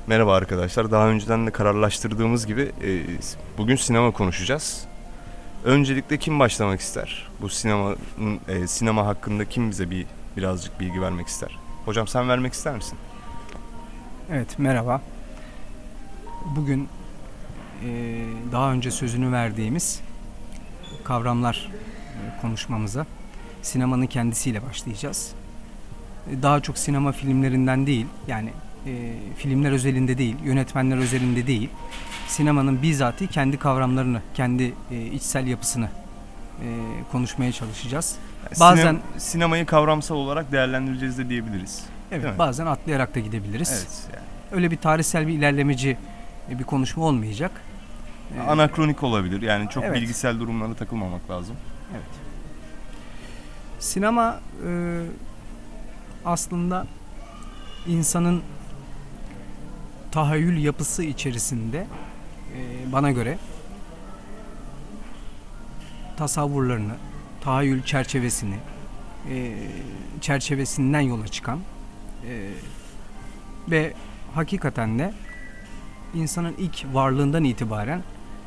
Merhaba arkadaşlar. Daha önceden de kararlaştırdığımız gibi bugün sinema konuşacağız. Öncelikle kim başlamak ister? Bu sinema hakkında kim bize birazcık bilgi vermek ister? Hocam sen vermek ister misin? Evet, merhaba. Bugün daha önce sözünü verdiğimiz kavramlar konuşmamıza sinemanın kendisiyle başlayacağız. Daha çok sinema filmlerinden değil, yani filmler özelinde değil, yönetmenler özelinde değil, sinemanın bizatihi kendi kavramlarını, kendi içsel yapısını konuşmaya çalışacağız. Bazen sinemayı kavramsal olarak değerlendireceğiz de diyebiliriz. evet, bazen atlayarak da gidebiliriz. Evet. Yani. Öyle bir tarihsel bir ilerlemeci bir konuşma olmayacak. Anakronik olabilir. Yani çok evet. bilgisel durumlara takılmamak lazım. Evet. Sinema aslında insanın tahayyül yapısı içerisinde bana göre tasavvurlarını, tahayyül çerçevesinden yola çıkan ve hakikaten de insanın ilk varlığından itibaren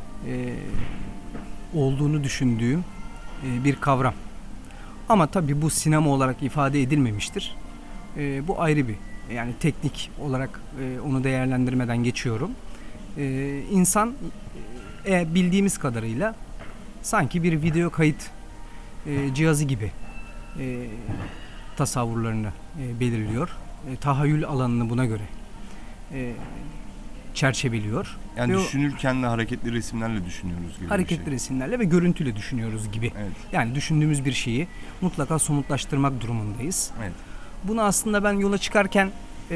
olduğunu düşündüğüm bir kavram. Ama tabii bu sinema olarak ifade edilmemiştir. Bu ayrı bir, yani teknik olarak onu değerlendirmeden geçiyorum. İnsan bildiğimiz kadarıyla sanki bir video kayıt cihazı gibi tasavvurlarını belirliyor. Tahayyül alanını buna göre çerçeveliyor. Yani ve düşünürken de hareketli resimlerle düşünüyoruz gibi hareketli bir şey. resimlerle ve görüntüyle düşünüyoruz gibi. Evet. Yani düşündüğümüz bir şeyi mutlaka somutlaştırmak durumundayız. Evet. Bunu aslında ben yola çıkarken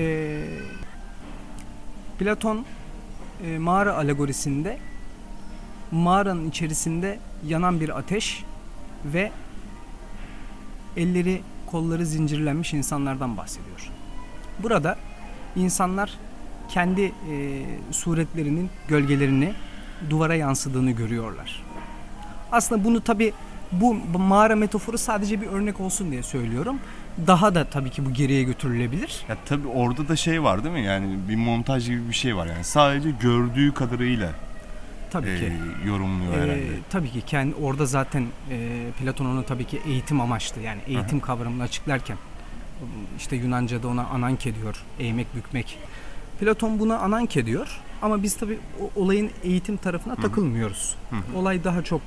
Platon mağara alegorisinde mağaranın içerisinde yanan bir ateş ve elleri kolları zincirlenmiş insanlardan bahsediyor. Burada insanlar kendi suretlerinin gölgelerini duvara yansıdığını görüyorlar. Aslında bunu tabii bu mağara metaforu sadece bir örnek olsun diye söylüyorum. Daha da tabii ki bu geriye götürülebilir. Ya tabii orada da şey var değil mi? Yani bir montaj gibi bir şey var. Yani sadece gördüğü kadarıyla Tabii ki yorumluyor herhalde. Tabii ki orada zaten Platon onu tabii ki eğitim amaçlı, yani eğitim kavramını açıklarken işte Yunanca'da ona ananke diyor, eğmek bükmek. Platon buna ananke diyor ama biz tabii olayın eğitim tarafına takılmıyoruz. Olay daha çok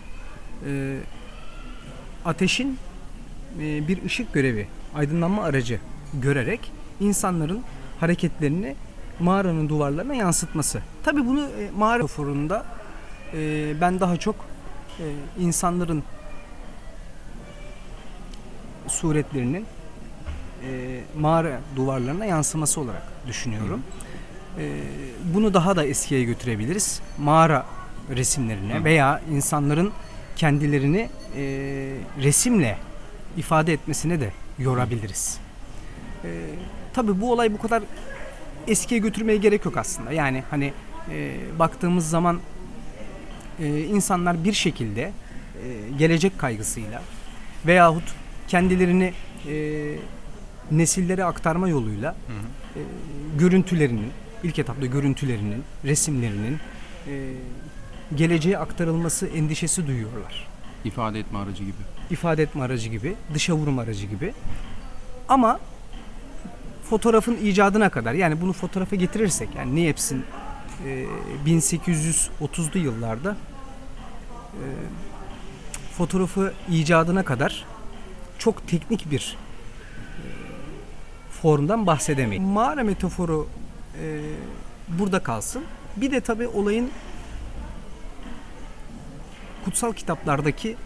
ateşin bir ışık görevi, aydınlanma aracı görerek insanların hareketlerini mağaranın duvarlarına yansıtması. Tabii bunu mağara metaforunda ben daha çok insanların suretlerinin mağara duvarlarına yansıması olarak düşünüyorum. Bunu daha da eskiye götürebiliriz. Mağara resimlerine veya insanların kendilerini resimle ifade etmesine de yorabiliriz. Tabii bu olay bu kadar eskiye götürmeye gerek yok aslında. Yani hani baktığımız zaman insanlar bir şekilde gelecek kaygısıyla veyahut kendilerini nesillere aktarma yoluyla görüntülerinin, ilk etapta görüntülerinin, resimlerinin geleceğe aktarılması endişesi duyuyorlar. İfade etme aracı gibi. İfade etme aracı gibi, dışa vurum aracı gibi. Ama fotoğrafın icadına kadar, yani bunu fotoğrafa getirirsek, yani Niepce'in 1830'lu yıllarda fotoğrafı icadına kadar çok teknik bir formdan bahsedemeyiz. Mağara metaforu burada kalsın. Bir de tabii olayın kutsal kitaplardaki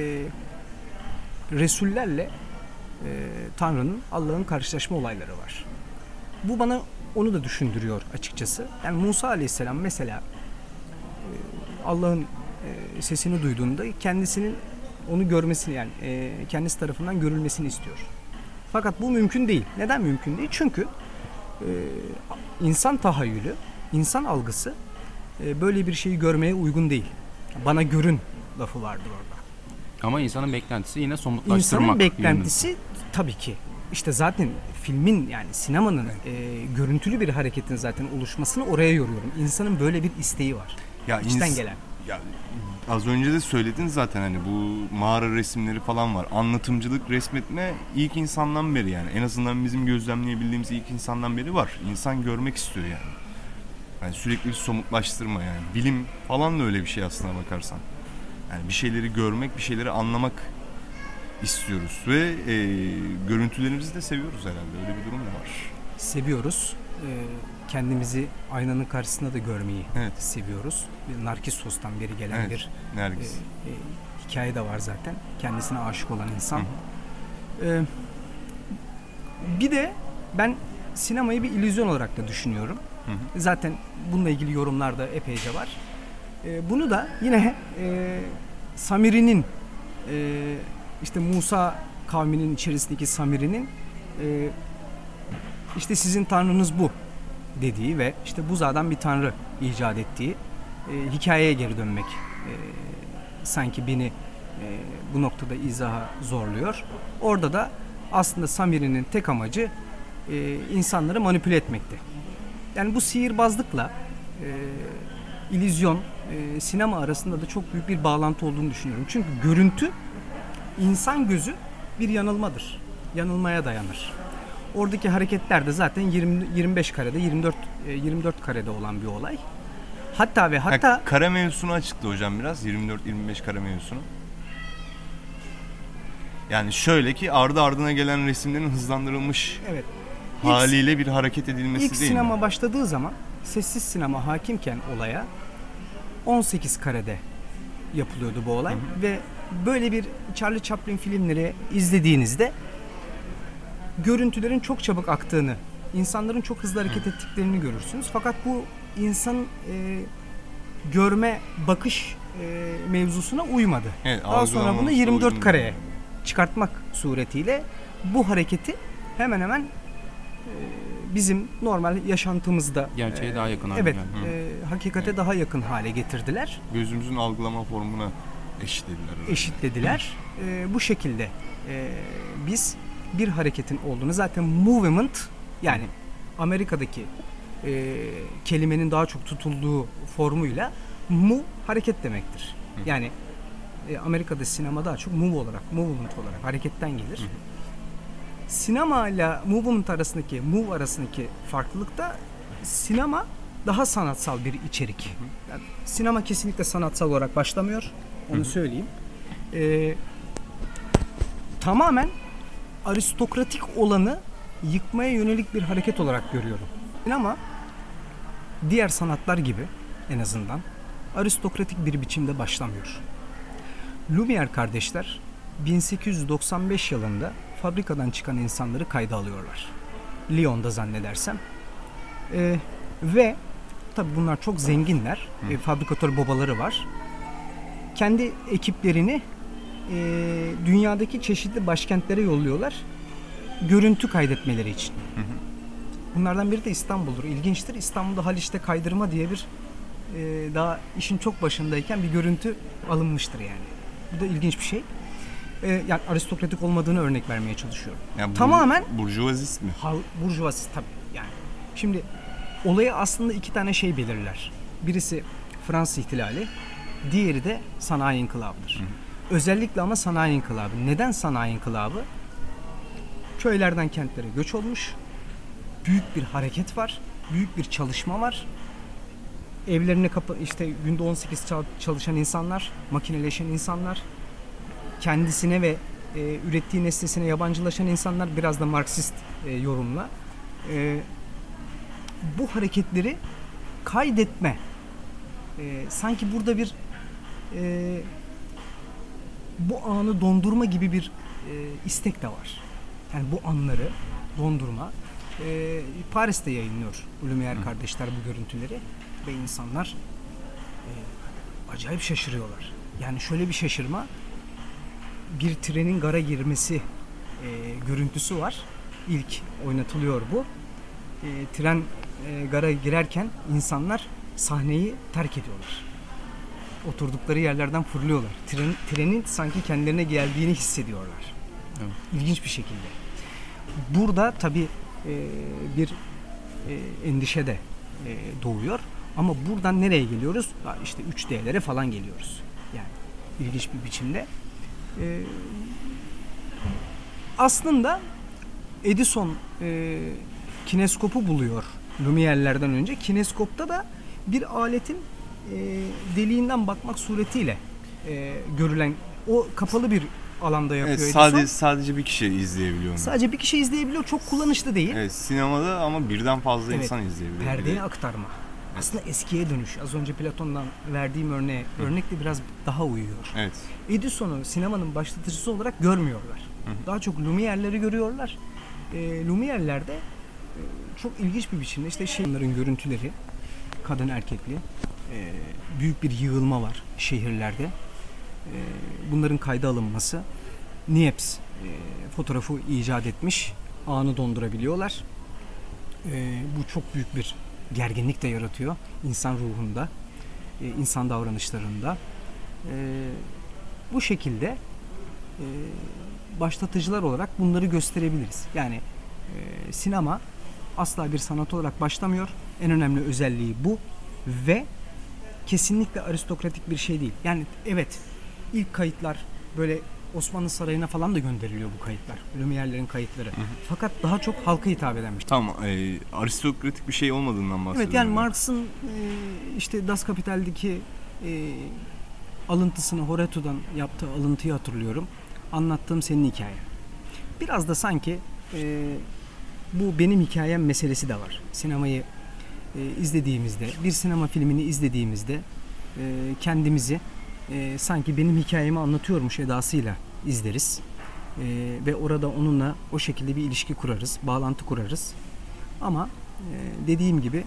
Resullerle Tanrı'nın, Allah'ın karşılaşma olayları var. Bu bana onu da düşündürüyor açıkçası. Yani Musa Aleyhisselam mesela Allah'ın sesini duyduğunda kendisinin onu görmesini, yani kendisi tarafından görülmesini istiyor. Fakat bu mümkün değil. Neden mümkün değil? Çünkü insan tahayyülü, insan algısı böyle bir şeyi görmeye uygun değil. Bana görün lafı vardır orada. Ama insanın beklentisi yine somutlaştırmak. İnsanın beklentisi tabii ki. İşte zaten filmin yani sinemanın görüntülü bir hareketin zaten oluşmasını oraya yoruyorum. İnsanın böyle bir isteği var. Ya İçten gelen. Ya az önce de söyledin zaten hani bu mağara resimleri falan var. Anlatımcılık, resmetme ilk insandan beri yani. En azından bizim gözlemleyebildiğimiz ilk insandan beri var. İnsan görmek istiyor yani. Yani sürekli bir somutlaştırma yani. Bilim falan da öyle bir şey aslına bakarsan. Yani bir şeyleri görmek, bir şeyleri anlamak istiyoruz ve görüntülerimizi de seviyoruz herhalde. Öyle bir durum da var. Seviyoruz. Kendimizi aynanın karşısında da görmeyi Evet. seviyoruz. Bir Narkissos'tan beri gelen Evet. bir Nergis. hikaye de var zaten. Kendisine aşık olan insan. Hı hı. Bir de ben sinemayı bir illüzyon olarak da düşünüyorum. Hı hı. Zaten bununla ilgili yorumlar da epeyce var. Bunu da yine Samiri'nin işte Musa kavminin içerisindeki Samiri'nin işte sizin tanrınız bu dediği ve işte buzağdan bir tanrı icat ettiği hikayeye geri dönmek sanki beni bu noktada izaha zorluyor. Orada da aslında Samiri'nin tek amacı insanları manipüle etmekti. Yani bu sihirbazlıkla illüzyon, sinema arasında da çok büyük bir bağlantı olduğunu düşünüyorum. Çünkü görüntü, insan gözü bir yanılmadır. Yanılmaya dayanır. Oradaki hareketler de zaten 25 karede, 24 karede olan bir olay. Hatta ve hatta kare mevzusunu açıkla hocam biraz. 24-25 kare mevzusunu. Yani şöyle ki ardı ardına gelen resimlerin hızlandırılmış evet. haliyle bir hareket edilmesi İlk değil sinema mi? başladığı zaman sessiz sinema hakimken olaya 18 karede yapılıyordu bu olay. Hı hı. Ve böyle bir Charlie Chaplin filmleri izlediğinizde görüntülerin çok çabuk aktığını, insanların çok hızlı hareket ettiklerini görürsünüz. Fakat bu insan görme, bakış mevzusuna uymadı. Evet, daha sonra bunu 24 kareye çıkartmak suretiyle bu hareketi hemen hemen bizim normal yaşantımızda gerçeğe daha yakın hale evet, geldi. hakikate daha yakın hale getirdiler. Gözümüzün algılama formuna eşitlediler. Eşitlediler. Bu şekilde biz bir hareketin olduğunu zaten movement yani Amerika'daki kelimenin daha çok tutulduğu formuyla move hareket demektir. Yani Amerika'da sinema daha çok move olarak, movement olarak hareketten gelir. Sinema ile movement arasındaki, move arasındaki farklılık da sinema daha sanatsal bir içerik. Yani sinema kesinlikle sanatsal olarak başlamıyor. Onu söyleyeyim. Tamamen aristokratik olanı yıkmaya yönelik bir hareket olarak görüyorum. Ama diğer sanatlar gibi en azından aristokratik bir biçimde başlamıyor. Lumière kardeşler 1895 yılında fabrikadan çıkan insanları kayda alıyorlar. Lyon'da zannedersem. Ve tabii bunlar çok zenginler. Fabrikatör babaları var. Kendi ekiplerini dünyadaki çeşitli başkentlere yolluyorlar. Görüntü kaydetmeleri için. Bunlardan biri de İstanbul'dur. İlginçtir. İstanbul'da Haliç'te kaydırma diye bir daha işin çok başındayken bir görüntü alınmıştır yani. Bu da ilginç bir şey. Yani aristokratik olmadığını örnek vermeye çalışıyorum. Yani tamamen burjuvazist mi? Burjuvazist tabii yani. Şimdi olayı aslında iki tane şey belirler. Birisi Fransız ihtilali, diğeri de sanayi inkılabıdır. Özellikle ama sanayi inkılabı. Neden sanayi inkılabı? Köylerden kentlere göç olmuş. Büyük bir hareket var. Büyük bir çalışma var. Evlerine işte günde 18 çalışan insanlar, makineleşen insanlar, kendisine ve ürettiği nesnesine yabancılaşan insanlar, biraz da Marksist yorumla bu hareketleri kaydetme. Sanki burada bir bu anı dondurma gibi bir istek de var. Yani bu anları dondurma. Paris'te yayınlıyor Lumière kardeşler bu görüntüleri ve insanlar acayip şaşırıyorlar. Yani şöyle bir şaşırma, bir trenin gara girmesi görüntüsü var. İlk oynatılıyor bu. Tren gara girerken insanlar sahneyi terk ediyorlar. Oturdukları yerlerden fırlıyorlar. Trenin sanki kendilerine geldiğini hissediyorlar. Evet. İlginç bir şekilde. Burada tabii bir endişe de doğuyor. Ama buradan nereye geliyoruz? İşte 3D'lere falan geliyoruz. Yani ilginç bir biçimde. Aslında Edison kineskopu buluyor Lumiere'lerden önce. Kineskopta da bir aletin deliğinden bakmak suretiyle görülen, o kapalı bir alanda yapıyor Edison. Sadece bir kişi izleyebiliyor onu. Sadece bir kişi izleyebiliyor. Çok kullanışlı değil. Evet, sinemada ama birden fazla insan izleyebiliyor. Perdeye aktarma. Aslında eskiye dönüş. Az önce Platon'dan verdiğim örnekle biraz daha uyuyor. Evet. Edison'u sinemanın başlatıcısı olarak görmüyorlar. Daha çok Lumiere'leri görüyorlar. Lumiere'ler de çok ilginç bir biçimde işte onların görüntüleri, kadın erkekli, büyük bir yığılma var şehirlerde. Bunların kayda alınması. Niepce fotoğrafı icat etmiş. Anı dondurabiliyorlar. Bu çok büyük bir gerginlik de yaratıyor insan ruhunda, insan davranışlarında. Bu şekilde başlatıcılar olarak bunları gösterebiliriz. Yani sinema asla bir sanat olarak başlamıyor. En önemli özelliği bu ve kesinlikle aristokratik bir şey değil. Yani evet, ilk kayıtlar böyle Osmanlı Sarayı'na falan da gönderiliyor bu kayıtlar. Lumiere'lerin kayıtları. Fakat daha çok halka hitap eden bir şey. Tamam, aristokratik bir şey olmadığından bahsediyorum. Evet, yani Marx'ın işte Das Kapital'deki alıntısını, Horato'dan yaptığı alıntıyı hatırlıyorum. Anlattığım senin hikayen. Biraz da sanki bu benim hikayem meselesi de var. Sinemayı izlediğimizde, bir sinema filmini izlediğimizde kendimizi sanki benim hikayemi anlatıyormuş edasıyla izleriz. Ve orada onunla o şekilde bir ilişki kurarız, bağlantı kurarız. Ama dediğim gibi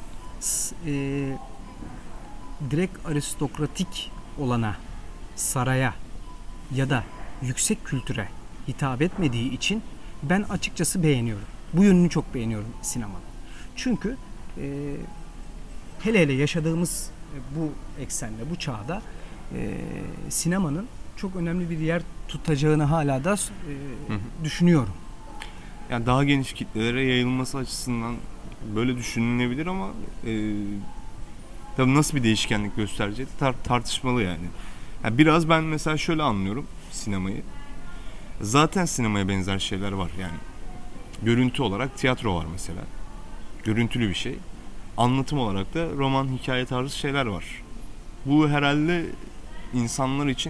direkt aristokratik olana, saraya ya da yüksek kültüre hitap etmediği için ben açıkçası beğeniyorum. Bu yönünü çok beğeniyorum sinemanın. Çünkü hele hele yaşadığımız bu eksende, bu çağda sinemanın çok önemli bir yer tutacağını hala da düşünüyorum. Yani daha geniş kitlelere yayılması açısından böyle düşünülebilir ama tabii nasıl bir değişkenlik göstereceği tartışmalı yani. Yani biraz ben mesela şöyle anlıyorum sinemayı. Zaten sinemaya benzer şeyler var yani. Görüntü olarak tiyatro var mesela. Görüntülü bir şey. Anlatım olarak da roman, hikaye tarzı şeyler var. Bu herhalde insanlar için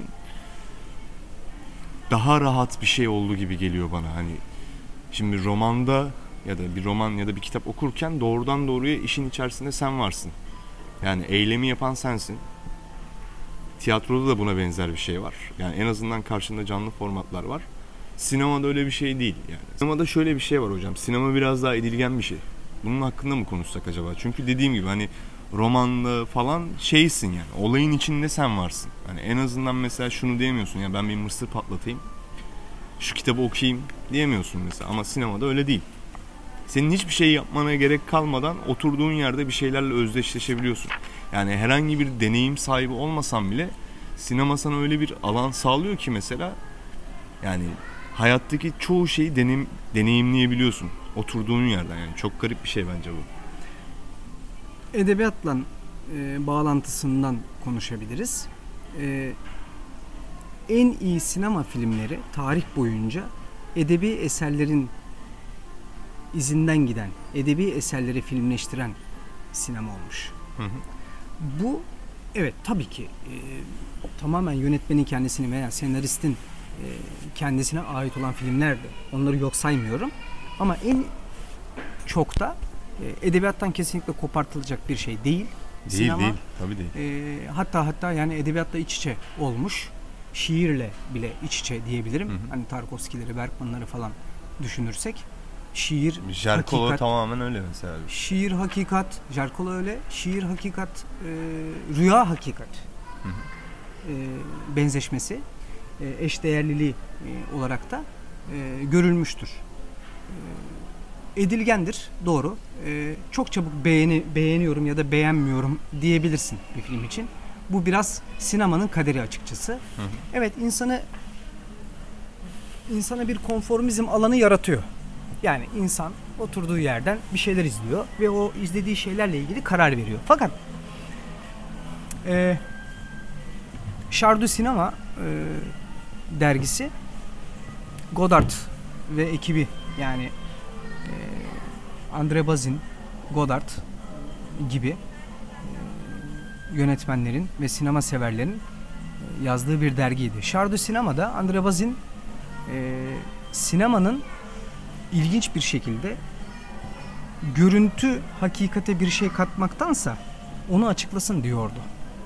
daha rahat bir şey olduğu gibi geliyor bana. Hani şimdi romanda ya da bir roman ya da bir kitap okurken doğrudan doğruya işin içerisinde sen varsın. Yani eylemi yapan sensin. Tiyatroda da buna benzer bir şey var. Yani en azından karşında canlı formatlar var. Sinemada öyle bir şey değil yani. Sinemada şöyle bir şey var hocam. Sinema biraz daha edilgen bir şey. Bunun hakkında mı konuşsak acaba? Çünkü dediğim gibi hani romanda falan şeysin yani. Olayın içinde sen varsın. Hani en azından mesela şunu diyemiyorsun ya, ben bir mısır patlatayım, şu kitabı okuyayım diyemiyorsun mesela. Ama sinemada öyle değil. Senin hiçbir şey yapmana gerek kalmadan oturduğun yerde bir şeylerle özdeşleşebiliyorsun. Yani herhangi bir deneyim sahibi olmasan bile sinema sana öyle bir alan sağlıyor ki mesela yani hayattaki çoğu şeyi deneyimleyebiliyorsun oturduğun yerden. Yani çok garip bir şey bence bu. Edebiyatla bağlantısından konuşabiliriz. En iyi sinema filmleri tarih boyunca edebi eserlerin izinden giden, edebi eserleri filmleştiren sinema olmuş. Hı hı. Bu evet tabii ki tamamen yönetmenin kendisini veya senaristin kendisine ait olan filmlerdi. Onları yok saymıyorum. Ama en çok da edebiyattan kesinlikle kopartılacak bir şey değil. Sinema, değil. Tabii değil. Hatta yani edebiyatla iç içe olmuş. Şiirle bile iç içe diyebilirim. Hı hı. Hani Tarkovskileri, Bergman'ları falan düşünürsek. Şiir, Jarkolo hakikat, tamamen öyle mesela. Şiir, hakikat, Jarkolo öyle. Şiir, hakikat, rüya, hakikat. Hı hı. Benzeşmesi, eşdeğerliliği olarak da görülmüştür. Edilgendir, doğru. Çok çabuk beğeniyorum ya da beğenmiyorum diyebilirsin bir film için. Bu biraz sinemanın kaderi açıkçası. Hı hı. Evet, insana bir konformizm alanı yaratıyor. Yani insan oturduğu yerden bir şeyler izliyor ve o izlediği şeylerle ilgili karar veriyor. Fakat Char du Cinema dergisi Godard ve ekibi, yani André Bazin, Godard gibi yönetmenlerin ve sinema severlerin yazdığı bir dergiydi. Char du Cinema'da André Bazin sinemanın ilginç bir şekilde görüntü hakikate bir şey katmaktansa onu açıklasın diyordu.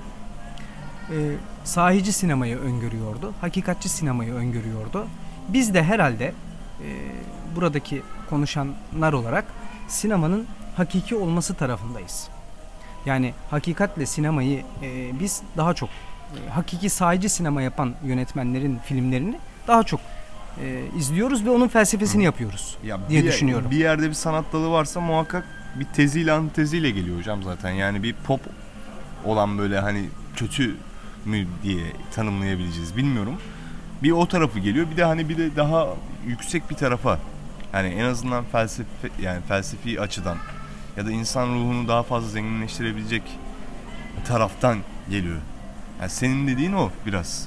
Sahici sinemayı öngörüyordu, hakikatçi sinemayı öngörüyordu. Biz de herhalde buradaki konuşanlar olarak sinemanın hakiki olması tarafındayız. Yani hakikatle sinemayı biz daha çok hakiki sahici sinema yapan yönetmenlerin filmlerini daha çok izliyoruz ve onun felsefesini yapıyoruz diye düşünüyorum. Bir yerde bir sanat dalı varsa muhakkak bir teziyle antiteziyle geliyor hocam zaten. Yani bir pop olan böyle hani kötü mü diye tanımlayabileceğiz bilmiyorum. Bir o tarafı geliyor, bir de hani bir de daha yüksek bir tarafa. Yani en azından felsefi açıdan ya da insan ruhunu daha fazla zenginleştirebilecek taraftan geliyor. Yani senin dediğin o biraz.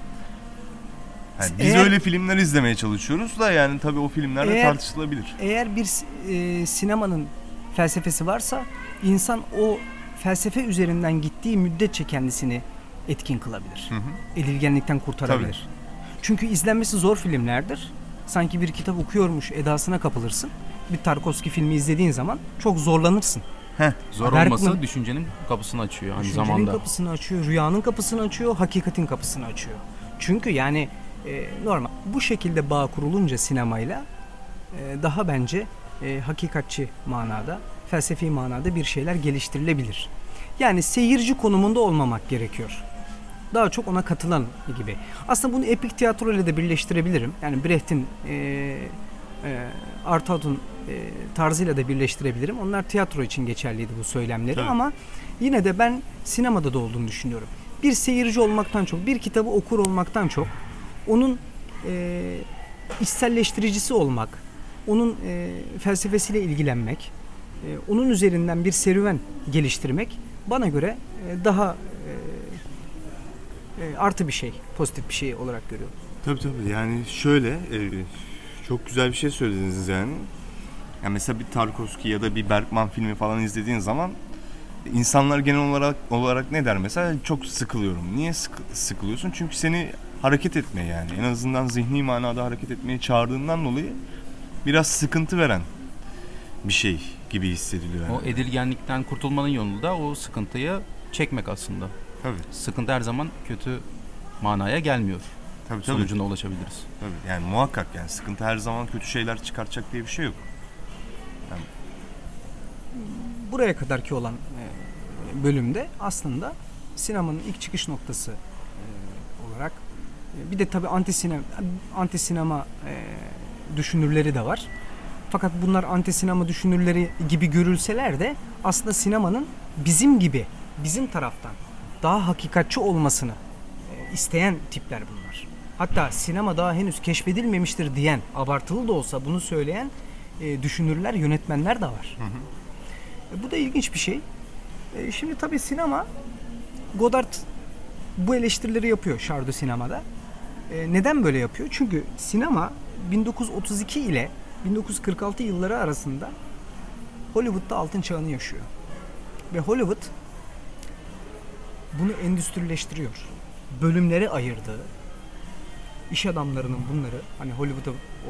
Yani biz öyle filmler izlemeye çalışıyoruz da yani tabii o filmler de tartışılabilir. Eğer bir sinemanın felsefesi varsa insan o felsefe üzerinden gittiği müddetçe kendisini etkin kılabilir. Edilgenlikten kurtarabilir. Tabii. Çünkü izlenmesi zor filmlerdir. Sanki bir kitap okuyormuş edasına kapılırsın. Bir Tarkovski filmi izlediğin zaman çok zorlanırsın. Zor olması düşüncenin kapısını açıyor aynı zamanda. Düşüncenin kapısını açıyor, rüyanın kapısını açıyor, hakikatin kapısını açıyor. Çünkü yani normal bu şekilde bağ kurulunca sinemayla daha bence hakikatçi manada, felsefi manada bir şeyler geliştirilebilir. Yani seyirci konumunda olmamak gerekiyor. Daha çok ona katılan gibi. Aslında bunu epik tiyatro ile de birleştirebilirim. Yani Brecht'in Artaud'un tarzıyla da birleştirebilirim. Onlar tiyatro için geçerliydi bu söylemleri. Tabii. Ama yine de ben sinemada da olduğunu düşünüyorum. Bir seyirci olmaktan çok, bir kitabı okur olmaktan çok onun içselleştiricisi olmak, onun felsefesiyle ilgilenmek, onun üzerinden bir serüven geliştirmek bana göre daha artı bir şey, pozitif bir şey olarak görüyorum. Tabii yani şöyle çok güzel bir şey söylediniz yani. Yani mesela bir Tarkovski ya da bir Bergman filmi falan izlediğin zaman insanlar genel olarak ne der mesela? Çok sıkılıyorum. Niye sıkılıyorsun? Çünkü seni hareket etmeye, yani en azından zihni manada hareket etmeye çağırdığından dolayı biraz sıkıntı veren bir şey gibi hissediliyor. Yani. O edilgenlikten kurtulmanın yolu da o sıkıntıyı çekmek aslında. Tabii. Sıkıntı her zaman kötü manaya gelmiyor. Tabii. Sonucuna ulaşabiliriz. Tabii. Yani muhakkak yani sıkıntı her zaman kötü şeyler çıkartacak diye bir şey yok. Yani... Buraya kadarki olan bölümde aslında sinemanın ilk çıkış noktası olarak bir de tabii anti sinema düşünürleri de var. Fakat bunlar anti sinema düşünürleri gibi görülseler de aslında sinemanın bizim taraftan daha hakikatçi olmasını isteyen tipler bunlar. Hatta sinema daha henüz keşfedilmemiştir diyen, abartılı da olsa bunu söyleyen düşünürler, yönetmenler de var. Bu da ilginç bir şey. Şimdi tabii sinema, Godard bu eleştirileri yapıyor Char du Cinema'da. Neden böyle yapıyor? Çünkü sinema 1932 ile 1946 yılları arasında Hollywood'da altın çağını yaşıyor. Ve Hollywood bunu endüstrileştiriyor. Bölümlere ayırdığı, iş adamlarının bunları, hani Hollywood'da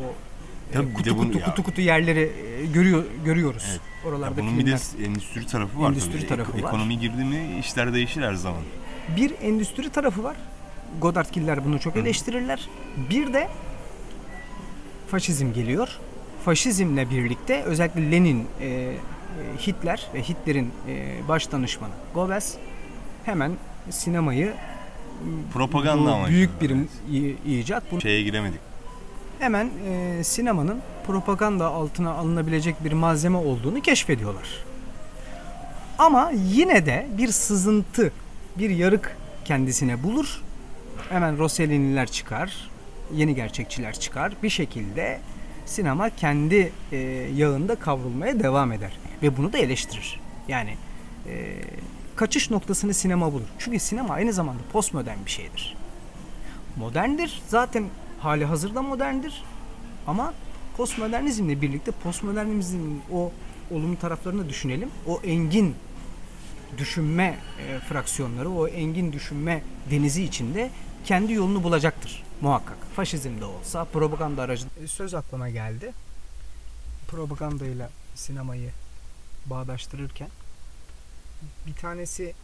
o kutu yerleri görüyoruz. Evet. Oralarda bunun filmler. Bir de endüstri tarafı var. Tarafı var. Ekonomi girdi mi işler değişir her zaman. Bir endüstri tarafı var. Godardgiller bunu çok eleştirirler. Bir de faşizm geliyor. Faşizmle birlikte özellikle Lenin, Hitler ve Hitler'in baş danışmanı Goebbels hemen sinemayı propaganda amacı büyük bir icat. Şeye giremedik. Hemen sinemanın propaganda altına alınabilecek bir malzeme olduğunu keşfediyorlar. Ama yine de bir sızıntı, bir yarık kendisine bulur. Hemen Rossellini'ler çıkar, yeni gerçekçiler çıkar. Bir şekilde sinema kendi yağında kavrulmaya devam eder. Ve bunu da eleştirir. Yani kaçış noktasını sinema bulur. Çünkü sinema aynı zamanda postmodern bir şeydir. Moderndir. Zaten hali hazırda moderndir. Ama postmodernizmle birlikte postmodernizmin o olumlu taraflarını düşünelim. O engin düşünme fraksiyonları, o engin düşünme denizi içinde kendi yolunu bulacaktır muhakkak. Faşizm de olsa, propaganda aracı. Söz aklıma geldi. Propagandayla sinemayı bağdaştırırken bir tanesi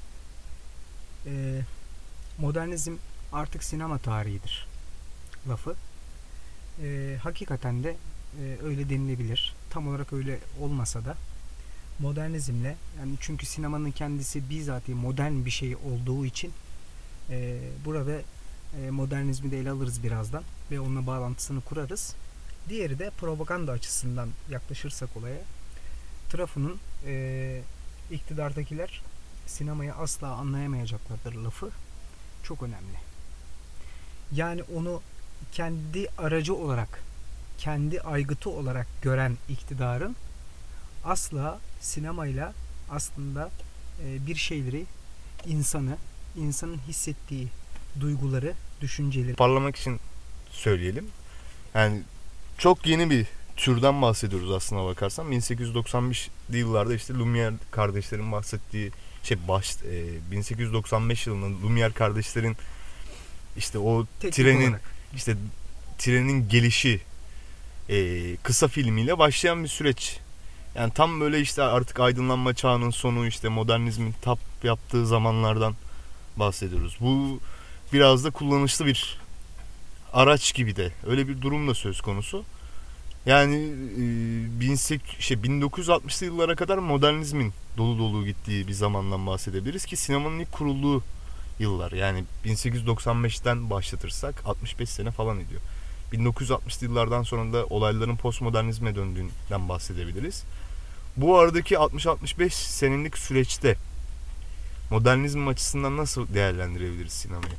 modernizm artık sinema tarihidir lafı. Hakikaten de öyle denilebilir. Tam olarak öyle olmasa da modernizmle, yani çünkü sinemanın kendisi bizatihi modern bir şey olduğu için burada modernizmi de ele alırız birazdan ve onunla bağlantısını kurarız. Diğeri de propaganda açısından yaklaşırsak olaya, Truffaut'un iktidardakiler sinemayı asla anlayamayacaklardır lafı çok önemli. Yani onu kendi aracı olarak, kendi aygıtı olarak gören iktidarın asla sinemayla aslında bir şeyleri, insanın hissettiği duyguları, düşünceleri Parlamak için söyleyelim. Yani çok yeni bir türden bahsediyoruz aslına bakarsan. 1895'li yıllarda işte Lumière kardeşlerin bahsettiği 1895 yılında Lumière kardeşlerin işte o teknik trenin olarak. işte trenin gelişi kısa filmiyle başlayan bir süreç. Yani tam böyle işte artık aydınlanma çağının sonu, işte modernizmin tap yaptığı zamanlardan bahsediyoruz. Bu biraz da kullanışlı bir araç gibi de öyle bir durum da söz konusu. Yani 1960'lı yıllara kadar modernizmin dolu dolu gittiği bir zamandan bahsedebiliriz ki sinemanın ilk kurulduğu yıllar. Yani 1895'ten başlatırsak 65 sene falan ediyor. 1960'lı yıllardan sonra da olayların postmodernizme döndüğünden bahsedebiliriz. Bu aradaki 60-65 senelik süreçte modernizm açısından nasıl değerlendirebiliriz sinemayı?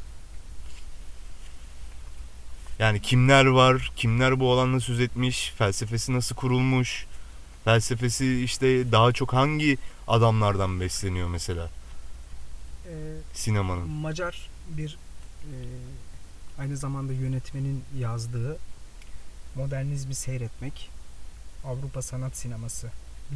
Yani kimler var, kimler bu alanla söz etmiş, felsefesi nasıl kurulmuş, felsefesi işte daha çok hangi adamlardan besleniyor mesela sinemanın? Macar bir aynı zamanda yönetmenin yazdığı Modernizmi Seyretmek, Avrupa Sanat Sineması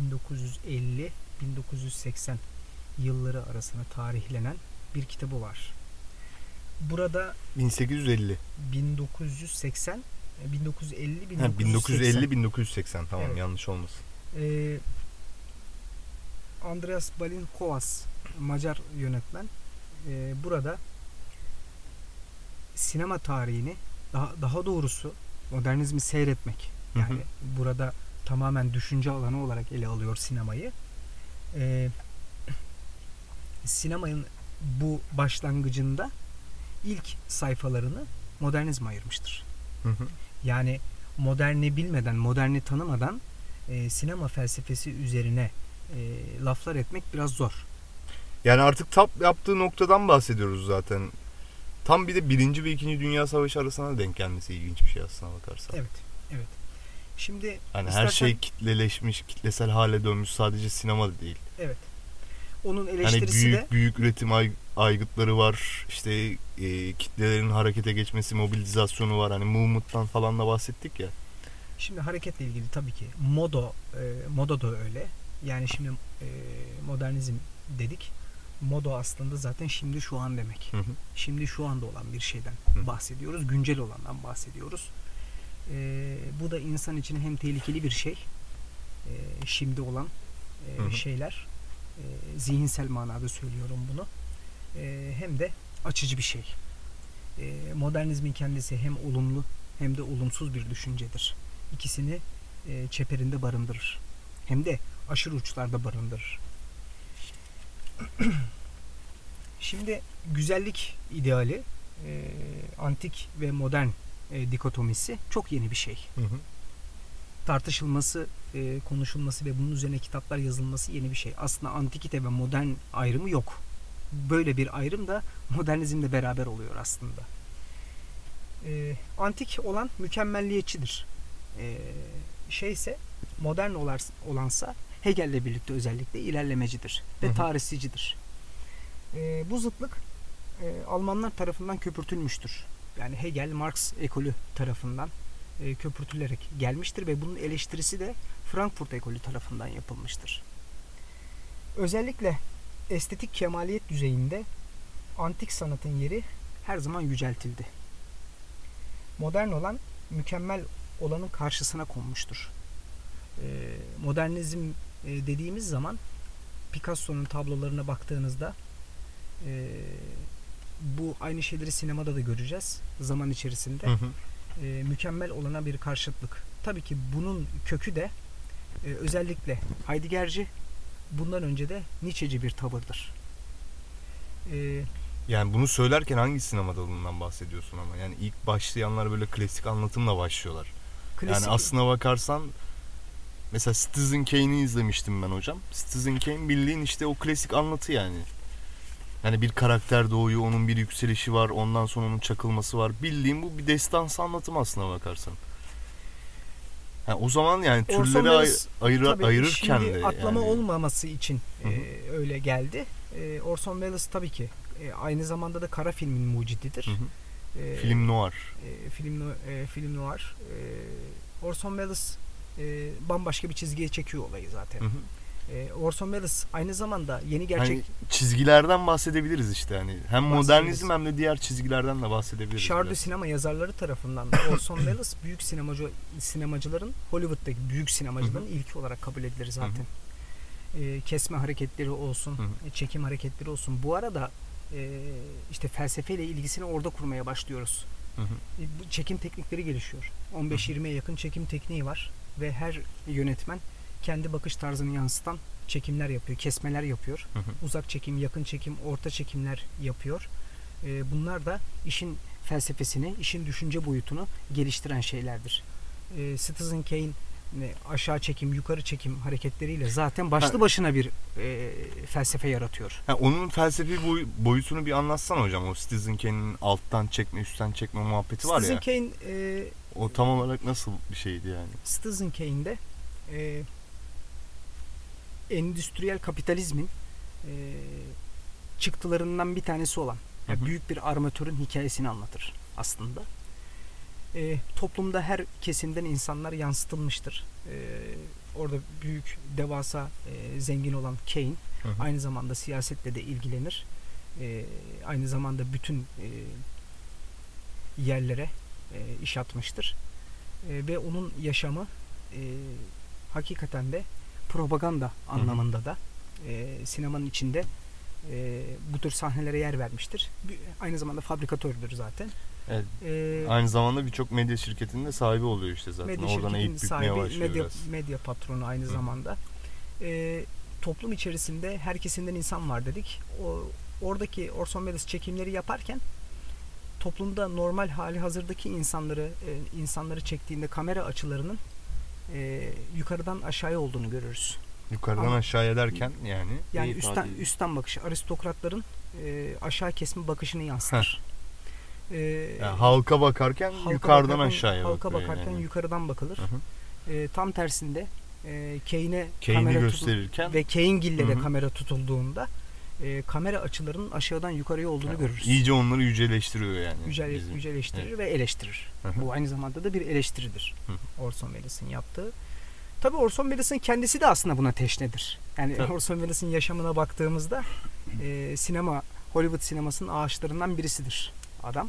1950-1980 yılları arasına tarihlenen bir kitabı var. Burada 1850. 1980 1950 1950-1980 tamam, Evet. yanlış olmasın. Andreas Balin-Kovas Macar yönetmen burada sinema tarihini, daha doğrusu modernizmi seyretmek, yani burada tamamen düşünce alanı olarak ele alıyor sinemayı. Sinemanın bu başlangıcında ilk sayfalarını modernizme ayırmıştır. Yani moderni bilmeden, moderni tanımadan sinema felsefesi üzerine laflar etmek biraz zor. Yani artık tap yaptığı noktadan bahsediyoruz zaten. Tam bir de 1. ve 2. Dünya Savaşı arasına denk gelmesi ilginç bir şey aslına bakarsan. Evet. Şimdi hani her şey kitleleşmiş, kitlesel hale dönmüş, sadece sinema da değil. Evet. Onun Hani eleştirisi büyük üretim aygıtları var. İşte kitlelerin harekete geçmesi, mobilizasyonu var. Hani movement'tan falan da bahsettik ya. Şimdi hareketle ilgili tabii ki moda da öyle. Yani şimdi modernizm dedik. Moda aslında zaten şimdi şu an demek. Şimdi şu anda olan bir şeyden bahsediyoruz. Güncel olandan bahsediyoruz. Bu da insan için hem tehlikeli bir şey, şimdi olan şeyler, zihinsel manada söylüyorum bunu, hem de açıcı bir şey. Modernizmin kendisi hem olumlu hem de olumsuz bir düşüncedir. İkisini çeperinde barındırır. Hem de aşırı uçlarda barındırır. Şimdi güzellik ideali, antik ve modern dikotomisi çok yeni bir şey. Tartışılması, konuşulması ve bunun üzerine kitaplar yazılması yeni bir şey. Aslında antikite ve modern ayrımı yok. Böyle bir ayrım da modernizmle beraber oluyor aslında. Antik olan mükemmelliyetçidir. şeyse modern olansa Hegel'le birlikte özellikle ilerlemecidir ve tarihsizcidir. Bu zıtlık Almanlar tarafından köpürtülmüştür. Yani Hegel, Marx ekolü tarafından köpürtülerek gelmiştir ve bunun eleştirisi de Frankfurt ekolü tarafından yapılmıştır. Özellikle estetik kemaliyet düzeyinde antik sanatın yeri her zaman yüceltildi. Modern olan mükemmel olanın karşısına konmuştur. Modernizm dediğimiz zaman Picasso'nun tablolarına baktığınızda bu aynı şeyleri sinemada da göreceğiz zaman içerisinde. Mükemmel olana bir karşıtlık. Tabii ki bunun kökü de özellikle Heideggerci, bundan önce de Nietzsche'ci bir tavırdır. Yani bunu söylerken hangi sinema dalından bahsediyorsun ama? Yani ilk başlayanlar böyle klasik anlatımla başlıyorlar. Klasik, Yani aslına bakarsan mesela Citizen Kane'i izlemiştim ben hocam. Citizen Kane bildiğin işte o klasik anlatı yani. Yani bir karakter doğuyor, onun bir yükselişi var, ondan sonra onun çakılması var. Bildiğin bu bir destansı anlatım aslına bakarsan. Yani o zaman yani türleri ayırırken şimdi de atlama yani... olmaması için öyle geldi. Orson Welles tabii ki aynı zamanda da kara filmin mucididir. Film noir. Film noir. Orson Welles bambaşka bir çizgiye çekiyor olayı zaten. Orson Welles aynı zamanda yeni gerçek... Hani çizgilerden bahsedebiliriz işte hani. Hem modernizm hem de diğer çizgilerden de bahsedebiliriz. Şardı sinema yazarları tarafından da Orson Welles büyük sinemacıların, Hollywood'daki büyük sinemacıların ilki olarak kabul edilir zaten. Kesme hareketleri olsun, çekim hareketleri olsun. Bu arada işte felsefeyle ilgisini orada kurmaya başlıyoruz. Bu çekim teknikleri gelişiyor. 15-20'ye yakın çekim tekniği var ve her yönetmen kendi bakış tarzını yansıtan çekimler yapıyor, kesmeler yapıyor. Uzak çekim, yakın çekim, orta çekimler yapıyor. Bunlar da işin felsefesini, işin düşünce boyutunu geliştiren şeylerdir. Citizen Kane aşağı çekim, yukarı çekim hareketleriyle zaten başlı başına bir felsefe yaratıyor. Onun felsefi boyutunu bir anlatsana hocam. O Citizen Kane'in alttan çekme, üstten çekme muhabbeti var ya. Citizen Kane o tam olarak nasıl bir şeydi yani? Citizen Kane'de endüstriyel kapitalizmin çıktılarından bir tanesi olan yani büyük bir armatörün hikayesini anlatır aslında. Toplumda her kesimden insanlar yansıtılmıştır. Orada büyük, devasa, zengin olan Kane aynı zamanda siyasetle de ilgilenir. Aynı zamanda bütün yerlere iş atmıştır. Ve onun yaşamı hakikaten de propaganda anlamında da sinemanın içinde bu tür sahnelere yer vermiştir. Aynı zamanda fabrikatördür zaten. Evet. Aynı zamanda birçok medya şirketinin de sahibi oluyor işte zaten. Medya oradan eğip bükmeye başlıyor medya patronu aynı zamanda. Toplum içerisinde her kesimden insan var dedik. Oradaki Orson Welles çekimleri yaparken toplumda normal hali hazırdaki insanları çektiğinde kamera açılarının yukarıdan aşağıya olduğunu görürüz. Yukarıdan aşağıya derken yani üstten bakış, aristokratların aşağı kesme bakışını yansıtır. Yani halka bakarken yukarıdan aşağıya halka bakarken yani. Yukarıdan bakılır. Tam tersinde Kane'e kamera gösterirken ve Kane'gille de kamera tutulduğunda kamera açılarının aşağıdan yukarıya olduğunu görürüz. İyice onları yüceleştiriyor yani. Yüceleştirir ve eleştirir. Bu aynı zamanda da bir eleştiridir. Orson Welles'in yaptığı. Tabii Orson Welles'in kendisi de aslında buna teşnedir. Yani Orson Welles'in yaşamına baktığımızda Hollywood sinemasının ağaçlarından birisidir adam.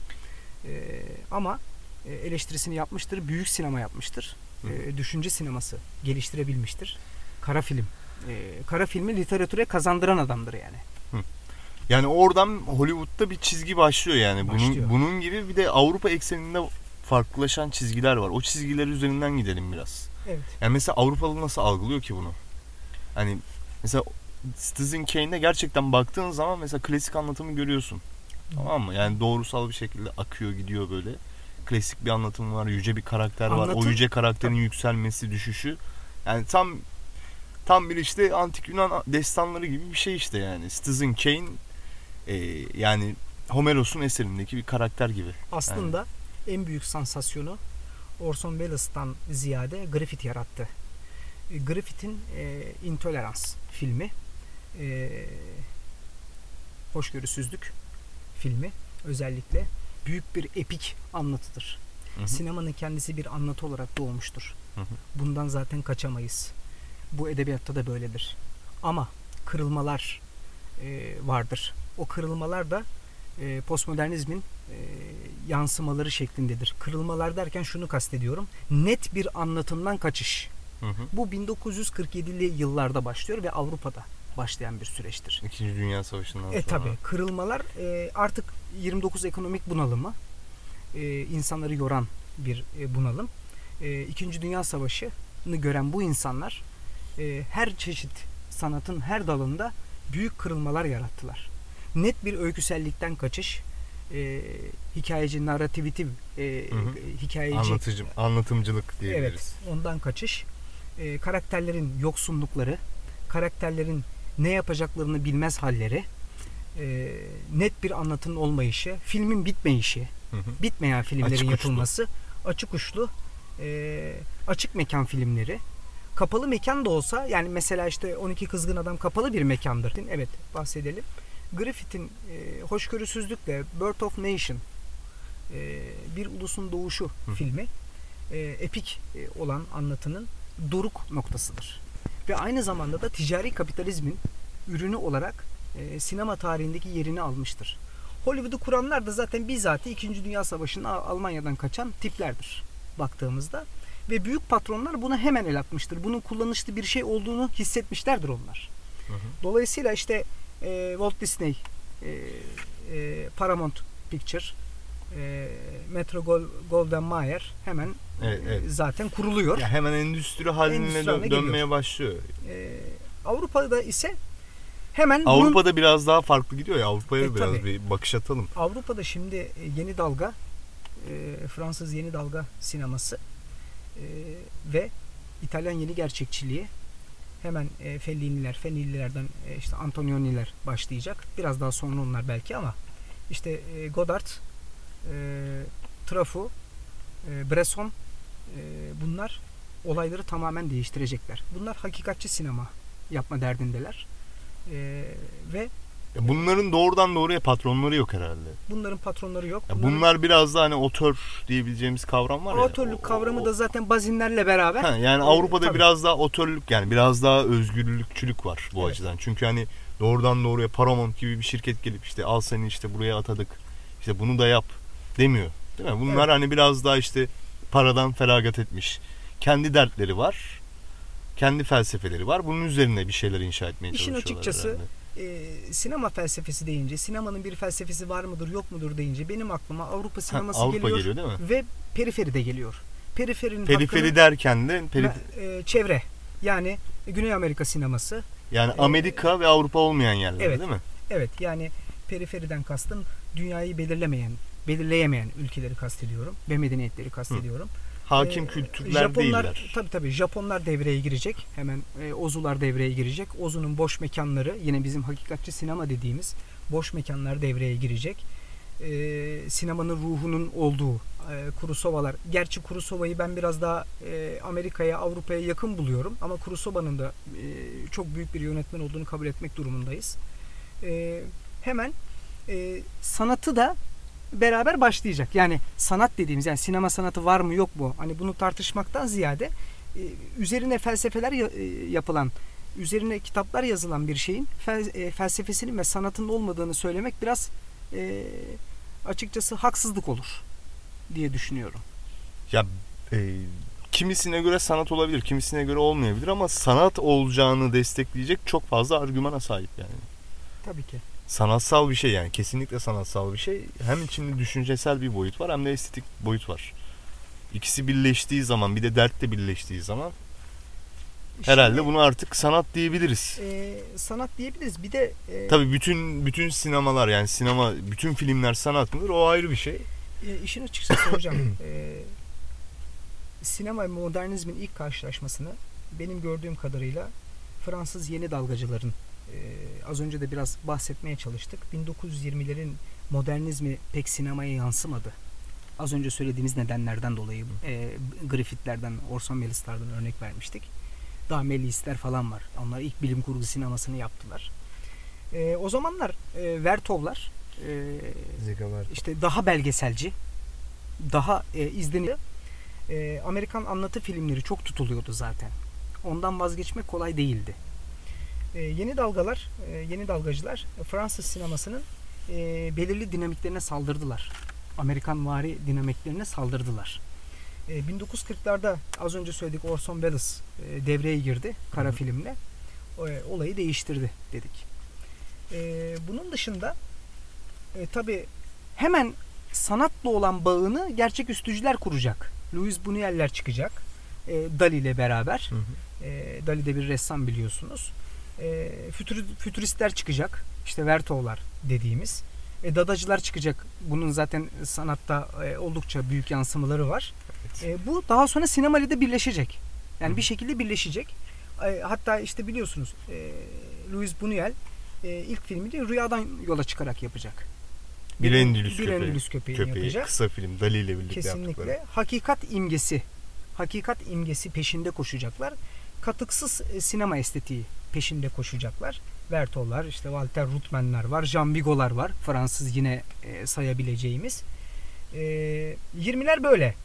Ama eleştirisini yapmıştır. Büyük sinema yapmıştır. Düşünce sineması geliştirebilmiştir. Kara filmi literatüre kazandıran adamdır yani. Yani oradan Hollywood'da bir çizgi başlıyor yani. Bunun gibi bir de Avrupa ekseninde farklılaşan çizgiler var. O çizgiler üzerinden gidelim biraz. Evet. Yani mesela Avrupalı nasıl algılıyor ki bunu? Hani mesela Citizen Kane'de gerçekten baktığın zaman mesela klasik anlatımı görüyorsun. Tamam mı? Yani doğrusal bir şekilde akıyor gidiyor böyle. Klasik bir anlatım var, yüce bir karakter var. O yüce karakterin yükselmesi, düşüşü. Yani tam bir işte antik Yunan destanları gibi bir şey işte yani. Citizen Kane yani Homeros'un eserindeki bir karakter gibi. Aslında en büyük sansasyonu Orson Welles'tan ziyade Griffith yarattı. Griffith'in Intolerans filmi, hoşgörüsüzlük filmi özellikle büyük bir epik anlatıdır. Hı hı. Sinemanın kendisi bir anlatı olarak doğmuştur. Hı hı. Bundan zaten kaçamayız. Bu edebiyatta da böyledir. Ama kırılmalar vardır. O kırılmalar da postmodernizmin yansımaları şeklindedir. Kırılmalar derken şunu kastediyorum. Net bir anlatımdan kaçış. Hı hı. Bu 1947'li yıllarda başlıyor ve Avrupa'da başlayan bir süreçtir. İkinci Dünya Savaşı'ndan sonra. Tabii kırılmalar artık 29 ekonomik bunalımı, insanları yoran bir bunalım. İkinci Dünya Savaşı'nı gören bu insanlar her çeşit sanatın her dalında büyük kırılmalar yarattılar. Net bir öyküsellikten kaçış, hikayeci, narrativity, hikayeci, Anlatımcılık diyebiliriz. evet, ondan kaçış, karakterlerin yoksunlukları, karakterlerin ne yapacaklarını bilmez halleri, net bir anlatının olmayışı, filmin bitmeyişi, Hı hı. bitmeyen filmlerin Açık uçlu. yapılması, açık uçlu, açık mekan filmleri, kapalı mekan da olsa, yani mesela işte 12 Kızgın Adam kapalı bir mekandır. Evet, bahsedelim. Griffith'in hoşgörüsüzlükle Birth of Nation, bir ulusun doğuşu filmi, epik olan anlatının doruk noktasıdır. Ve aynı zamanda da ticari kapitalizmin ürünü olarak sinema tarihindeki yerini almıştır. Hollywood'u kuranlar da zaten bizatihi 2. Dünya Savaşı'nda Almanya'dan kaçan tiplerdir baktığımızda. Ve büyük patronlar buna hemen el atmıştır. Bunun kullanışlı bir şey olduğunu hissetmişlerdir onlar. Hı hı. Dolayısıyla işte Walt Disney, Paramount Picture, Metro-Goldwyn-Mayer hemen Evet. zaten kuruluyor. Ya hemen endüstri haline Endüstri haline dönmeye geliyor. başlıyor. Avrupa'da ise hemen Avrupa'da biraz daha farklı gidiyor ya. Avrupa'ya biraz tabii. bir bakış atalım. Avrupa'da şimdi yeni dalga, Fransız yeni dalga sineması ve İtalyan yeni gerçekçiliği hemen Fellinilerden işte Antonioni'ler başlayacak. Biraz daha sonra onlar belki ama işte Godard, Truffaut, Bresson, bunlar olayları tamamen değiştirecekler. Bunlar hakikatçi sinema yapma derdindeler. Ve Ya bunların doğrudan doğruya patronları yok herhalde. bunların patronları yok. Ya bunlar biraz da hani otör diyebileceğimiz kavram var ya. Otörlük kavramı da zaten bazinlerle beraber. Yani Avrupa'da tabii. biraz daha otörlük, yani biraz daha özgürlükçülük var bu Evet. açıdan. Çünkü hani doğrudan doğruya Paramount gibi bir şirket gelip işte al seni işte buraya atadık, işte bunu da yap demiyor. Değil mi? Bunlar Evet. hani biraz daha işte paradan feragat etmiş. Kendi dertleri var. Kendi felsefeleri var. Bunun üzerine bir şeyler inşa etmeye İşin çalışıyorlar açıkçası herhalde. sinema felsefesi deyince, sinemanın bir felsefesi var mıdır yok mudur deyince benim aklıma Avrupa sineması Avrupa geliyor, geliyor değil mi? ve periferi de geliyor. Periferinin Periferi hakkını, derken de çevre, yani Güney Amerika sineması. yani Amerika ve Avrupa olmayan yerler Evet. değil mi? Evet, yani periferiden kastım dünyayı belirleyemeyen ülkeleri kastediyorum ve medeniyetleri kastediyorum. Hakim kültürler Japonlar, değiller. tabii Japonlar devreye girecek. Hemen Ozular devreye girecek. Ozu'nun boş mekanları, yine bizim hakikatçi sinema dediğimiz boş mekanlar devreye girecek. Sinemanın ruhunun olduğu Kurosawa'lar. Gerçi Kurosawa'yı ben biraz daha Amerika'ya, Avrupa'ya yakın buluyorum. Ama Kurosawa'nın da çok büyük bir yönetmen olduğunu kabul etmek durumundayız. Hemen sanatı da beraber başlayacak. Yani sanat dediğimiz, yani sinema sanatı var mı yok mu? Hani bunu tartışmaktan ziyade üzerine felsefeler yapılan, üzerine kitaplar yazılan bir şeyin felsefesinin ve sanatının olmadığını söylemek biraz açıkçası haksızlık olur diye düşünüyorum. Ya kimisine göre sanat olabilir, kimisine göre olmayabilir ama sanat olacağını destekleyecek çok fazla argümana sahip yani. Tabii ki. Sanatsal bir şey, yani kesinlikle sanatsal bir şey. Hem içinde düşüncesel bir boyut var hem de estetik boyut var. İkisi birleştiği zaman, bir de dertle birleştiği zaman herhalde Şimdi, bunu artık sanat diyebiliriz. sanat diyebiliriz. Bir de Tabii bütün sinemalar, yani sinema, bütün filmler sanat mıdır? O ayrı bir şey. işin açıkçası hocam, sinema ve modernizmin ilk karşılaşmasını benim gördüğüm kadarıyla Fransız yeni dalgacıların, az önce de biraz bahsetmeye çalıştık. 1920'lerin modernizmi pek sinemaya yansımadı. Az önce söylediğiniz nedenlerden dolayı Griffith'lerden, Orson Welles'lardan örnek vermiştik. Daha Méliès'ler falan var. Onlar ilk bilim kurgu sinemasını yaptılar. O zamanlar Vertov'lar işte daha belgeselci, daha izleniyor. Amerikan anlatı filmleri çok tutuluyordu zaten. Ondan vazgeçmek kolay değildi. Yeni dalgacılar Fransız sinemasının belirli dinamiklerine saldırdılar. Amerikanvari dinamiklerine saldırdılar. 1940'larda az önce söyledik, Orson Welles devreye girdi kara filmle. Olayı değiştirdi dedik. Bunun dışında tabii hemen sanatla olan bağını gerçeküstücüler kuracak. Louis Buñuel'ler çıkacak. Dali ile beraber. Dali de bir ressam biliyorsunuz. Fütüristler çıkacak. İşte Vertov'lar dediğimiz. Dadacılar çıkacak. Bunun zaten sanatta oldukça büyük yansımaları var. Bu daha sonra sinemayla da birleşecek. Yani bir şekilde birleşecek. Hatta işte biliyorsunuz Louis Buñuel ilk filmini rüyadan yola çıkarak yapacak. Bir Endülüs köpeğini yapacak. Kısa film Dali ile birlikte kesinlikle yaptıkları. Hakikat imgesi peşinde koşacaklar. Katıksız sinema estetiği peşinde koşacaklar. Vertov'lar, işte Walter Ruttmann'lar var, Jean Vigo'lar var. Fransız yine sayabileceğimiz. 20'ler böyle.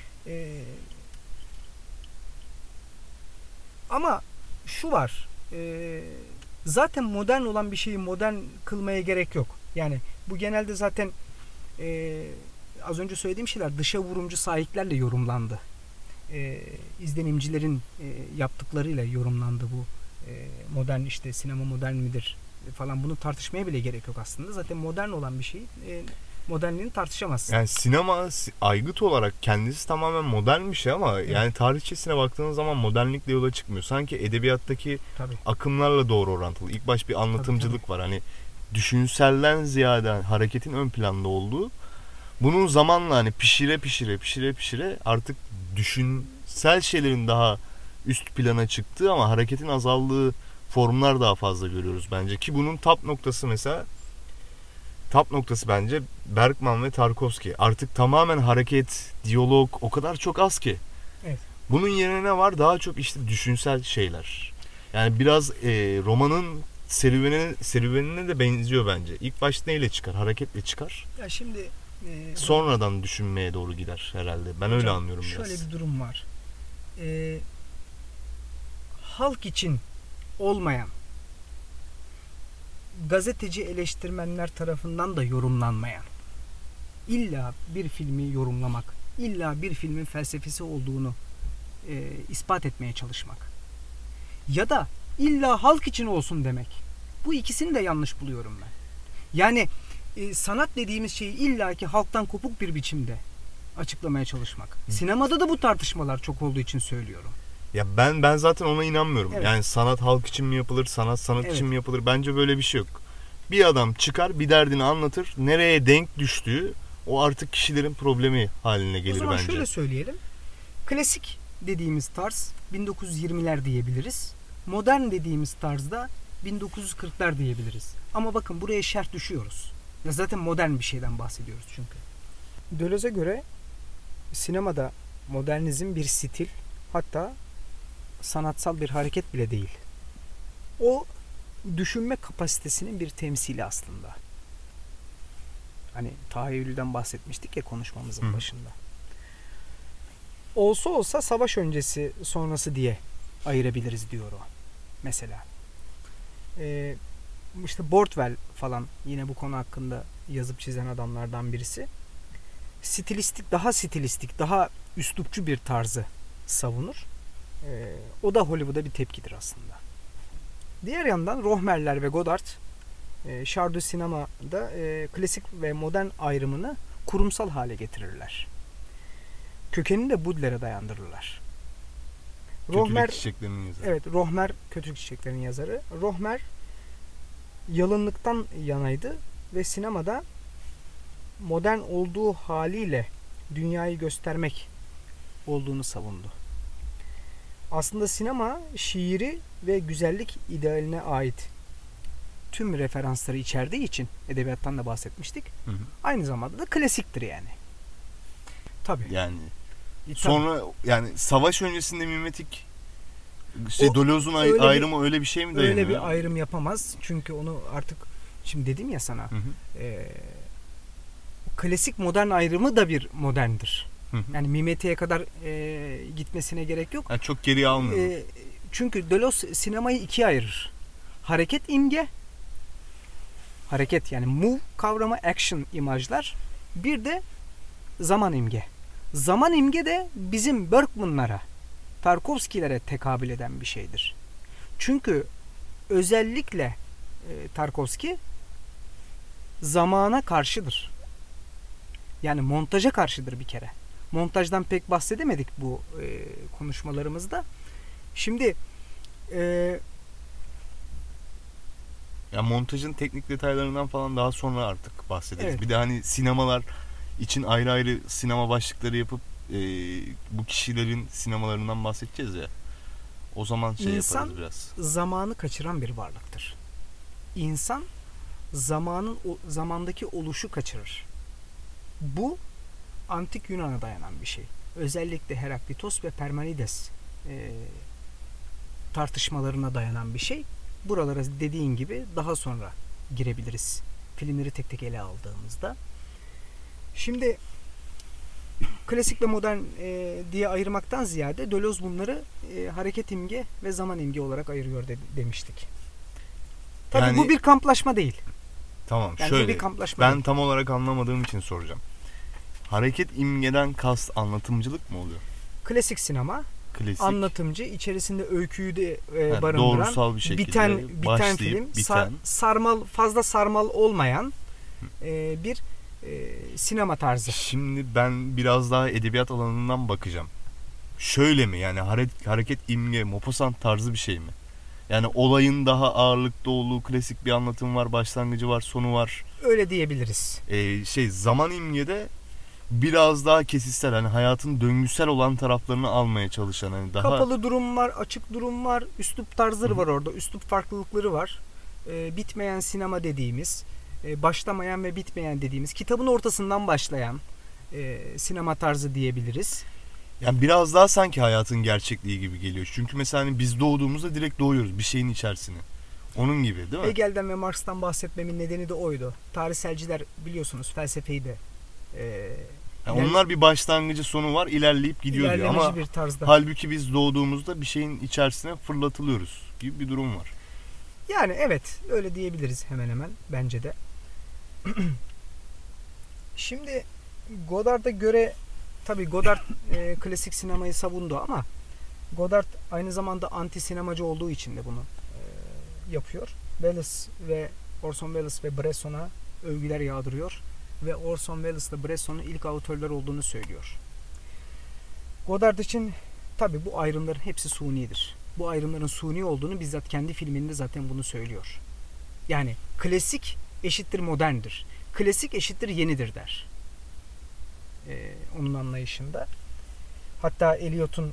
Ama şu var. Zaten modern olan bir şeyi modern kılmaya gerek yok. Yani bu genelde zaten az önce söylediğim şeyler dışa vurumcu sahiplerle yorumlandı. İzlenimcilerin yaptıklarıyla yorumlandı bu. Modern, işte sinema modern midir falan, bunu tartışmaya bile gerek yok aslında. Zaten modern olan bir şey modernliğini tartışamazsın. Yani sinema aygıt olarak kendisi tamamen modern bir şey ama yani tarihçesine baktığınız zaman modernlikle yola çıkmıyor. Sanki edebiyattaki akımlarla doğru orantılı. İlk baş bir anlatımcılık var. Hani düşünselden ziyade hareketin ön planda olduğu. Bunun zamanla hani pişire artık düşünsel şeylerin daha üst plana çıktığı ama hareketin azaldığı formlar daha fazla görüyoruz bence. Ki bunun tap noktası bence Bergman ve Tarkovski. Artık tamamen hareket, diyalog o kadar çok az ki. Evet. Bunun yerine ne var? Daha çok işte düşünsel şeyler. Yani biraz romanın serüvenine de benziyor bence. İlk başta neyle çıkar? Hareketle çıkar. Ya şimdi sonradan düşünmeye doğru gider herhalde. Ben öyle anlıyorum biraz. Şöyle bir durum var. Halk için olmayan, gazeteci eleştirmenler tarafından da yorumlanmayan, illa bir filmi yorumlamak, illa bir filmin felsefesi olduğunu ispat etmeye çalışmak ya da illa halk için olsun demek. Bu ikisini de yanlış buluyorum ben. Yani sanat dediğimiz şeyi illaki halktan kopuk bir biçimde açıklamaya çalışmak. Sinemada da bu tartışmalar çok olduğu için söylüyorum. Ya ben zaten ona inanmıyorum. Evet. Yani sanat halk için mi yapılır, sanat için mi yapılır? Bence böyle bir şey yok. Bir adam çıkar, bir derdini anlatır. Nereye denk düştüğü o artık kişilerin problemi haline gelir bence. O zaman şöyle söyleyelim. Klasik dediğimiz tarz 1920'ler diyebiliriz. Modern dediğimiz tarzda 1940'lar diyebiliriz. Ama bakın buraya şerh düşüyoruz. Ya zaten modern bir şeyden bahsediyoruz çünkü. Döloz'a göre sinemada modernizm bir stil, hatta sanatsal bir hareket bile değil. O düşünme kapasitesinin bir temsili aslında. Hani tahayyülden bahsetmiştik ya konuşmamızın başında. Olsa olsa savaş öncesi sonrası diye ayırabiliriz diyor o. Mesela. İşte Bortwell falan yine bu konu hakkında yazıp çizen adamlardan birisi. Stilistik, daha üslupçu bir tarzı savunur. O da Hollywood'a bir tepkidir aslında. Diğer yandan Rohmer'ler ve Godard Char de Cinéma'da klasik ve modern ayrımını kurumsal hale getirirler. Kökenini de Baudelaire'e dayandırırlar. Kötülük Çiçekleri'nin yazarı. Evet, Rohmer Kötülük Çiçekleri'nin yazarı. Rohmer yalınlıktan yanaydı ve sinemada modern olduğu haliyle dünyayı göstermek olduğunu savundu. Aslında sinema şiiri ve güzellik idealine ait tüm referansları içerdiği için edebiyattan da bahsetmiştik. Aynı zamanda da klasiktir yani. Tabii. Yani Tabii. sonra yani savaş öncesinde mimetik O Dolouz'un öyle bir- ayrımı öyle bir şey mi dayanıyor? Öyle bir ayrım yapamaz. Çünkü onu artık şimdi dedim ya sana. Hı hı. Klasik modern ayrımı da bir moderndir. Hı hı. Yani mimetiğe kadar gitmesine gerek yok. Yani çok geriye almıyor. Çünkü Deleuze sinemayı ikiye ayırır. Hareket imge, hareket yani move kavramı, action imajlar, bir de zaman imge. Zaman imge de bizim Bergman'lara, Tarkovski'lere tekabül eden bir şeydir. Çünkü özellikle Tarkovski zamana karşıdır. Yani montaja karşıdır bir kere. Montajdan pek bahsedemedik bu konuşmalarımızda. Şimdi Yani montajın teknik detaylarından falan daha sonra artık bahsederiz. Evet. Bir de hani sinemalar için ayrı ayrı sinema başlıkları yapıp bu kişilerin sinemalarından bahsedeceğiz ya. O zaman şey İnsan yaparız biraz. zamanı kaçıran bir varlıktır. İnsan zamandaki oluşu kaçırır. Bu antik Yunan'a dayanan bir şey. Özellikle Heraklitos ve Parmenides tartışmalarına dayanan bir şey. Buralara dediğin gibi daha sonra girebiliriz. Filmleri tek tek ele aldığımızda. Şimdi klasik ve modern diye ayırmaktan ziyade Deleuze bunları hareket imge ve zaman imge olarak ayırıyor demiştik. Tabii Yani- bu bir kamplaşma değil. Tamam Yani bu şöyle bir kamplaşma ben değil. tam olarak anlamadığım için soracağım. Hareket imgeden kast anlatımcılık mı oluyor? Klasik sinema Klasik. anlatımcı, içerisinde öyküyü de Yani barındıran, doğrusal bir şekilde biten başlayıp film, biten. fazla sarmal olmayan bir sinema tarzı. Şimdi ben biraz daha edebiyat alanından bakacağım. Şöyle mi yani hareket imge Maupassant tarzı bir şey mi? Yani olayın daha ağırlıklı olduğu klasik bir anlatım var, başlangıcı var, sonu var. Öyle diyebiliriz. Zaman imgede biraz daha kesitsel, hani hayatın döngüsel olan taraflarını almaya çalışan, hani daha Kapalı durum var, açık durum var, üslup tarzları Hı hı. var orada, üslup farklılıkları var. Bitmeyen sinema dediğimiz, başlamayan ve bitmeyen dediğimiz, kitabın ortasından başlayan sinema tarzı diyebiliriz. yani biraz daha sanki hayatın gerçekliği gibi geliyor. Çünkü mesela hani biz doğduğumuzda direkt doğuyoruz bir şeyin içerisine. Onun gibi değil mi? Hegel'den ve Marx'tan bahsetmemin nedeni de oydu. Tarihselciler biliyorsunuz felsefeyi de Yani onlar bir başlangıcı sonu var, ilerleyip gidiyor diyor ilerlemeci ama bir tarzda. halbuki biz doğduğumuzda bir şeyin içerisine fırlatılıyoruz gibi bir durum var. Yani evet, öyle diyebiliriz hemen hemen bence de. Şimdi Godard'a göre tabii Godard klasik sinemayı savundu ama Godard aynı zamanda anti sinemacı olduğu için de bunu yapıyor. Orson Welles ve Bresson'a övgüler yağdırıyor ve Orson Welles ile Bresson'un ilk autörler olduğunu söylüyor. Godard için tabii bu ayrımların hepsi sunidir. Bu ayrımların suni olduğunu bizzat kendi filminde zaten bunu söylüyor. Yani klasik eşittir moderndir. Klasik eşittir yenidir der. Onun anlayışında. Hatta Eliot'un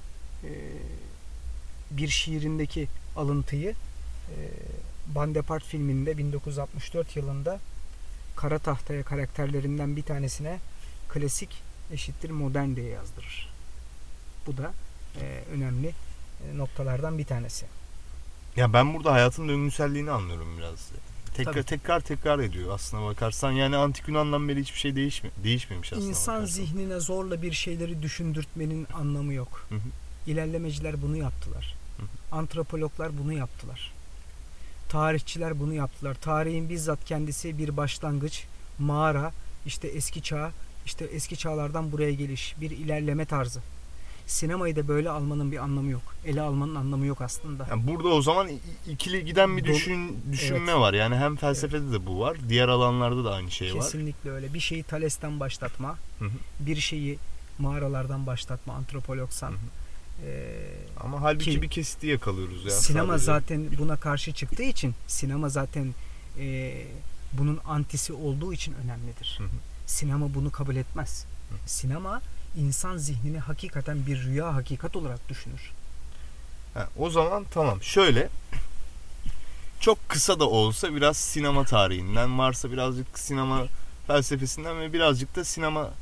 bir şiirindeki alıntıyı Bonaparte filminde 1964 yılında kara tahtaya karakterlerinden bir tanesine klasik eşittir modern diye yazdırır. Bu da önemli noktalardan bir tanesi. Ya ben burada hayatın döngüselliğini anlıyorum biraz. Tabii. Tekrar ediyor aslına bakarsan. Yani antik Yunan'dan beri hiçbir şey değişmemiş aslında. İnsan zihnine zorla bir şeyleri düşündürtmenin anlamı yok. Hı hı. İlerlemeciler bunu yaptılar. Hı hı. Antropologlar bunu yaptılar. Tarihçiler bunu yaptılar. Tarihin bizzat kendisi bir başlangıç, mağara, işte eski çağ, işte eski çağlardan buraya geliş, bir ilerleme tarzı. Sinemayı da böyle almanın bir anlamı yok. Ele almanın anlamı yok aslında. Yani burada o zaman ikili giden bir düşünme Evet. var. Yani hem felsefede de bu var. Diğer alanlarda da aynı şey var. Kesinlikle öyle. Bir şeyi Thales'ten başlatma, Hı hı. bir şeyi mağaralardan başlatma, antropologsan. Hı hı. Ama halbuki ki bir kesiti yakalıyoruz ya. Sinema sadece. zaten buna karşı çıktığı için, sinema zaten bunun antisi olduğu için önemlidir. Hı hı. Sinema bunu kabul etmez. Sinema insan zihnini hakikaten bir rüya hakikat olarak düşünür. O zaman tamam. Şöyle çok kısa da olsa biraz sinema tarihinden, varsa birazcık sinema felsefesinden ve birazcık da sinema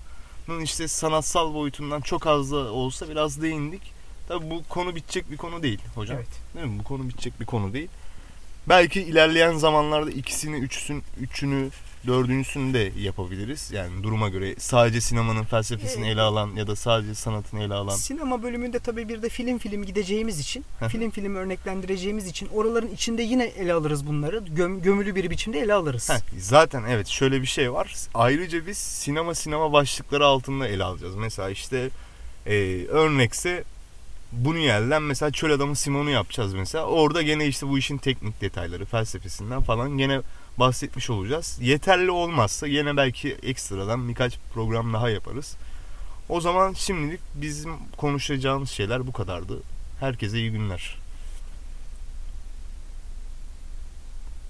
işte sanatsal boyutundan çok az da olsa biraz değindik. Tabii bu konu bitecek bir konu değil hocam. Evet. Değil mi? Bu konu bitecek bir konu değil. Belki ilerleyen zamanlarda ikisini, üçünü, dördüncüsünü de yapabiliriz. Yani duruma göre sadece sinemanın felsefesini ele alan ya da sadece sanatını ele alan. Sinema bölümünde tabii bir de film gideceğimiz için, film örneklendireceğimiz için oraların içinde yine ele alırız bunları. Gömülü bir biçimde ele alırız. Zaten evet, şöyle bir şey var. Ayrıca biz sinema başlıkları altında ele alacağız. Mesela işte örnekse Buñuel'den mesela Çöl Adamı Simon'u yapacağız mesela. Orada gene işte bu işin teknik detayları, felsefesinden falan gene bahsetmiş olacağız. Yeterli olmazsa gene belki ekstradan birkaç program daha yaparız. O zaman şimdilik bizim konuşacağımız şeyler bu kadardı. Herkese iyi günler.